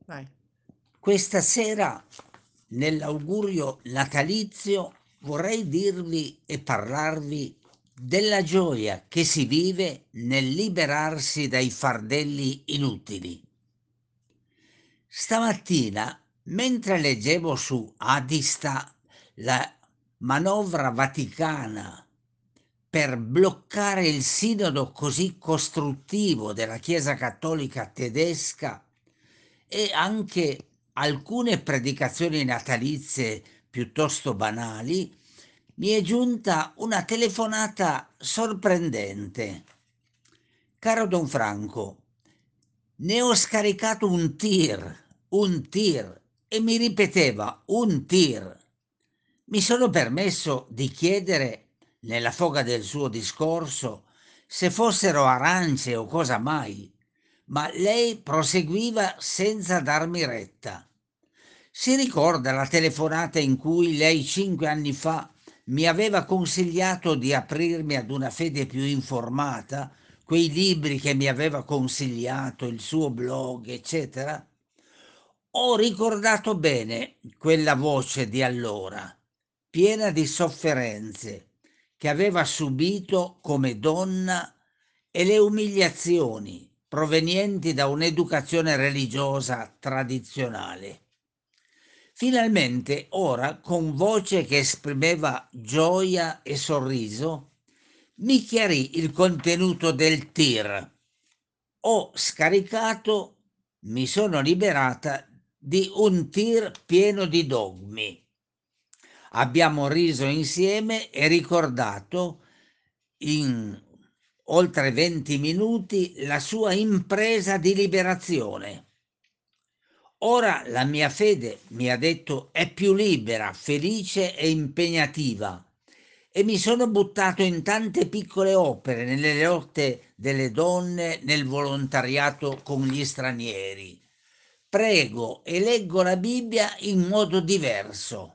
Vai. Questa sera, nell'augurio natalizio, vorrei dirvi e parlarvi della gioia che si vive nel liberarsi dai fardelli inutili. Stamattina, mentre leggevo su Adista la manovra vaticana per bloccare il sinodo così costruttivo della Chiesa Cattolica tedesca e anche alcune predicazioni natalizie piuttosto banali, mi è giunta una telefonata sorprendente. Caro Don Franco, ne ho scaricato un tir, e mi ripeteva un tir. Mi sono permesso di chiedere, nella foga del suo discorso, se fossero arance o cosa mai, ma lei proseguiva senza darmi retta. Si ricorda la telefonata in cui lei 5 anni fa mi aveva consigliato di aprirmi ad una fede più informata, quei libri che mi aveva consigliato, il suo blog, eccetera? Ho ricordato bene quella voce di allora, piena di sofferenze, che aveva subito come donna e le umiliazioni provenienti da un'educazione religiosa tradizionale. Finalmente, ora, con voce che esprimeva gioia e sorriso, mi chiarì il contenuto del tir. Ho scaricato, mi sono liberata di un tir pieno di dogmi. Abbiamo riso insieme e ricordato in oltre 20 minuti la sua impresa di liberazione. Ora la mia fede, mi ha detto, è più libera, felice e impegnativa, e mi sono buttato in tante piccole opere, nelle lotte delle donne, nel volontariato con gli stranieri. Prego e leggo la Bibbia in modo diverso.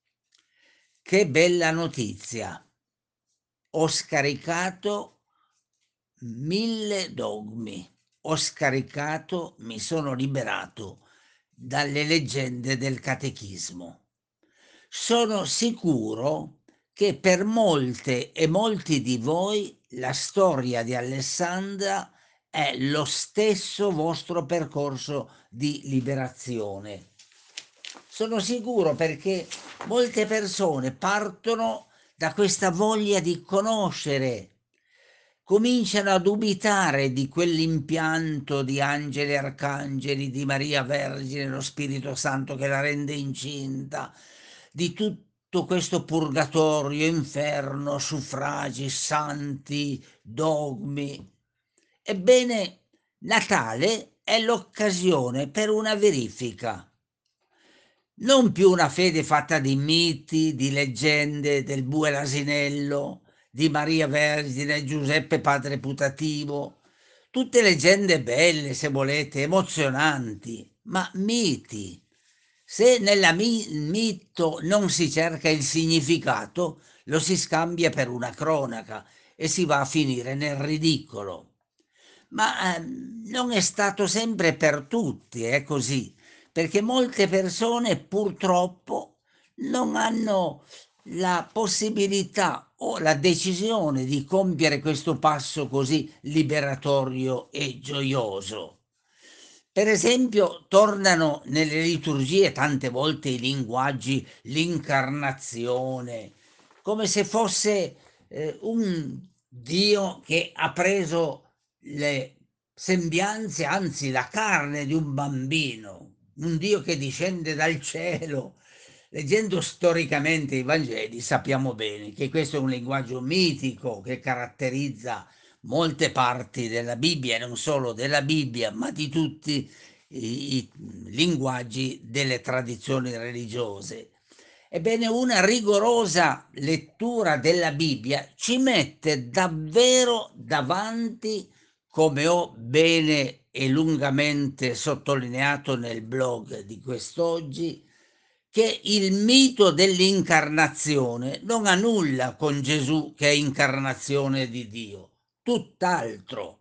Che bella notizia! Ho scaricato 1000 dogmi. Ho scaricato, mi sono liberato dalle leggende del catechismo. Sono sicuro che per molte e molti di voi la storia di Alessandra è lo stesso vostro percorso di liberazione. Sono sicuro perché molte persone partono da questa voglia di conoscere, cominciano a dubitare di quell'impianto di angeli, arcangeli, di Maria Vergine, lo Spirito Santo che la rende incinta, di tutto questo purgatorio, inferno, suffragi, santi, dogmi. Ebbene, Natale è l'occasione per una verifica. Non più una fede fatta di miti, di leggende del bue e l'asinello, di Maria Vergine, Giuseppe padre putativo, tutte leggende belle, se volete, emozionanti, ma miti. Se nella mito non si cerca il significato, lo si scambia per una cronaca e si va a finire nel ridicolo. Ma non è stato sempre per tutti, è così, perché molte persone purtroppo non hanno la possibilità o la decisione di compiere questo passo così liberatorio e gioioso. Per esempio, tornano nelle liturgie tante volte i linguaggi, l'incarnazione, come se fosse un Dio che ha preso le sembianze, anzi la carne di un bambino, un Dio che discende dal cielo. Leggendo storicamente i Vangeli sappiamo bene che questo è un linguaggio mitico che caratterizza molte parti della Bibbia, e non solo della Bibbia, ma di tutti i linguaggi delle tradizioni religiose. Ebbene, una rigorosa lettura della Bibbia ci mette davvero davanti, come ho bene e lungamente sottolineato nel blog di quest'oggi, che il mito dell'incarnazione non ha nulla con Gesù che è incarnazione di Dio, tutt'altro.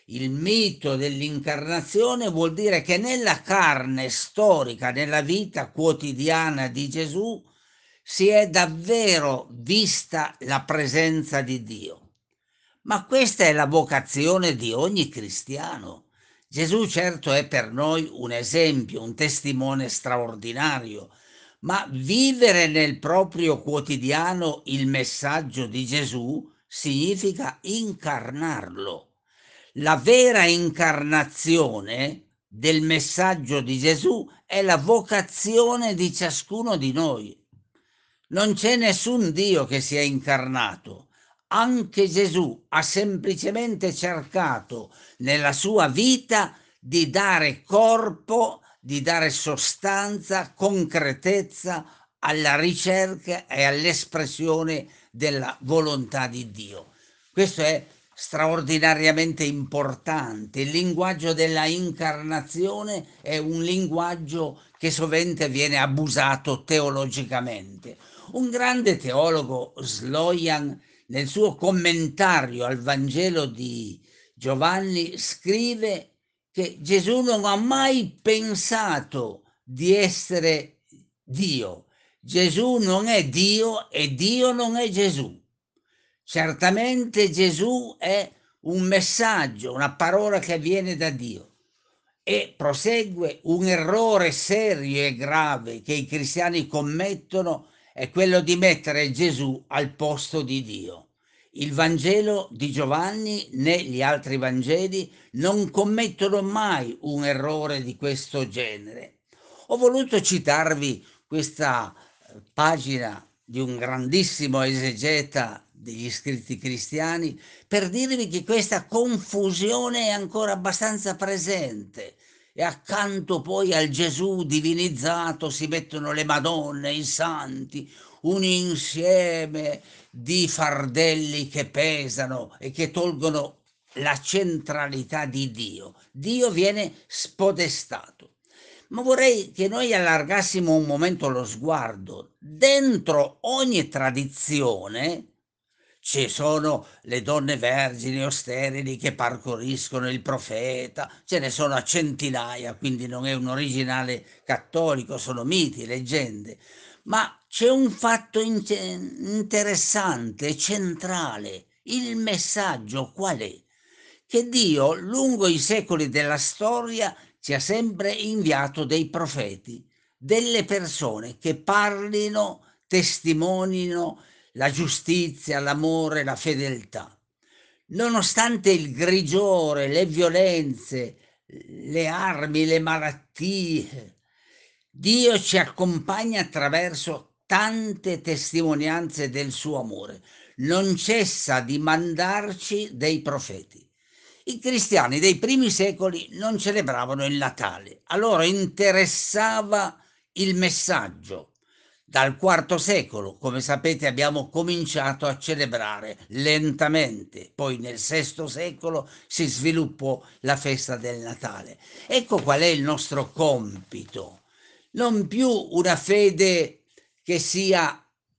Il mito dell'incarnazione vuol dire che nella carne storica, nella vita quotidiana di Gesù, si è davvero vista la presenza di Dio. Ma questa è la vocazione di ogni cristiano. Gesù certo è per noi un esempio, un testimone straordinario, ma vivere nel proprio quotidiano il messaggio di Gesù significa incarnarlo. La vera incarnazione del messaggio di Gesù è la vocazione di ciascuno di noi. Non c'è nessun Dio che sia incarnato. Anche Gesù ha semplicemente cercato nella sua vita di dare corpo, di dare sostanza, concretezza alla ricerca e all'espressione della volontà di Dio. Questo è straordinariamente importante. Il linguaggio della incarnazione è un linguaggio che sovente viene abusato teologicamente. Un grande teologo, Sloyan, nel suo commentario al Vangelo di Giovanni, scrive che Gesù non ha mai pensato di essere Dio. Gesù non è Dio e Dio non è Gesù. Certamente Gesù è un messaggio, una parola che viene da Dio. E prosegue: un errore serio e grave che i cristiani commettono è quello di mettere Gesù al posto di Dio. Il Vangelo di Giovanni né gli altri Vangeli non commettono mai un errore di questo genere. Ho voluto citarvi questa pagina di un grandissimo esegeta degli scritti cristiani per dirvi che questa confusione è ancora abbastanza presente e accanto poi al Gesù divinizzato si mettono le Madonne, i santi, un insieme di fardelli che pesano e che tolgono la centralità di Dio. Dio viene spodestato. Ma vorrei che noi allargassimo un momento lo sguardo. Dentro ogni tradizione ci sono le donne vergini o sterili che partoriscono il profeta, ce ne sono a centinaia, quindi non è un originale cattolico, sono miti, leggende. Ma c'è un fatto interessante, centrale. Il messaggio qual è? Che Dio, lungo i secoli della storia, ci ha sempre inviato dei profeti, delle persone che parlino, testimonino la giustizia, l'amore, la fedeltà. Nonostante il grigiore, le violenze, le armi, le malattie, Dio ci accompagna attraverso tante testimonianze del suo amore. Non cessa di mandarci dei profeti. I cristiani dei primi secoli non celebravano il Natale, a loro interessava il messaggio. Dal IV secolo, come sapete, abbiamo cominciato a celebrare lentamente, poi nel VI secolo si sviluppò la festa del Natale. Ecco qual è il nostro compito: non più una fede che sia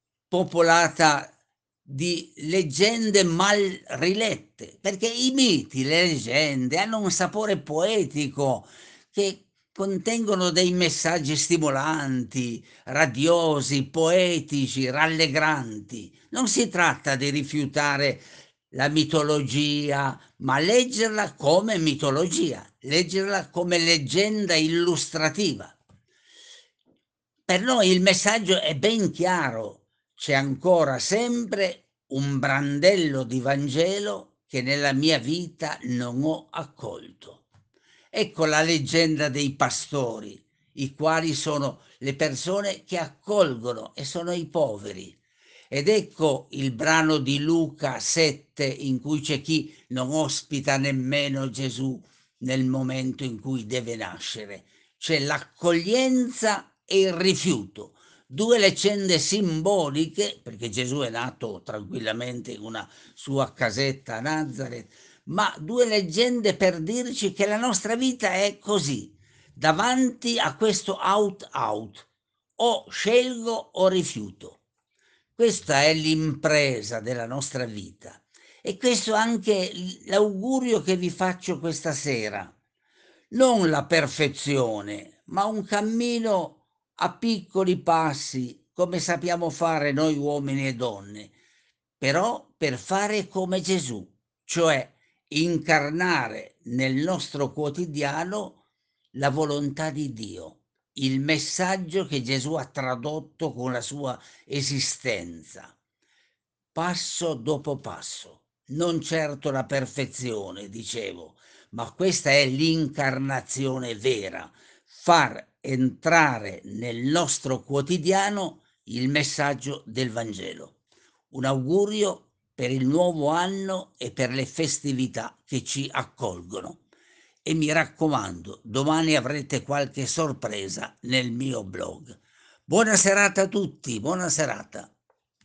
popolata di leggende mal rilette, perché i miti, le leggende hanno un sapore poetico che contengono dei messaggi stimolanti, radiosi, poetici, rallegranti. Non si tratta di rifiutare la mitologia, ma leggerla come mitologia, leggerla come leggenda illustrativa. Per noi il messaggio è ben chiaro: c'è ancora sempre un brandello di Vangelo che nella mia vita non ho accolto. Ecco la leggenda dei pastori, i quali sono le persone che accolgono e sono i poveri. Ed ecco il brano di Luca 7 in cui c'è chi non ospita nemmeno Gesù nel momento in cui deve nascere. C'è l'accoglienza e il rifiuto, due leggende simboliche, perché Gesù è nato tranquillamente in una sua casetta a Nazareth, ma due leggende per dirci che la nostra vita è così, davanti a questo out, o scelgo o rifiuto. Questa è l'impresa della nostra vita. E questo anche l'augurio che vi faccio questa sera. Non la perfezione, ma un cammino a piccoli passi, come sappiamo fare noi uomini e donne, però per fare come Gesù, cioè incarnare nel nostro quotidiano la volontà di Dio, il messaggio che Gesù ha tradotto con la sua esistenza, passo dopo passo. Non certo la perfezione, dicevo, ma questa è l'incarnazione vera, far entrare nel nostro quotidiano il messaggio del Vangelo. Un augurio per il nuovo anno e per le festività che ci accolgono. E mi raccomando, domani avrete qualche sorpresa nel mio blog. Buona serata a tutti, buona serata.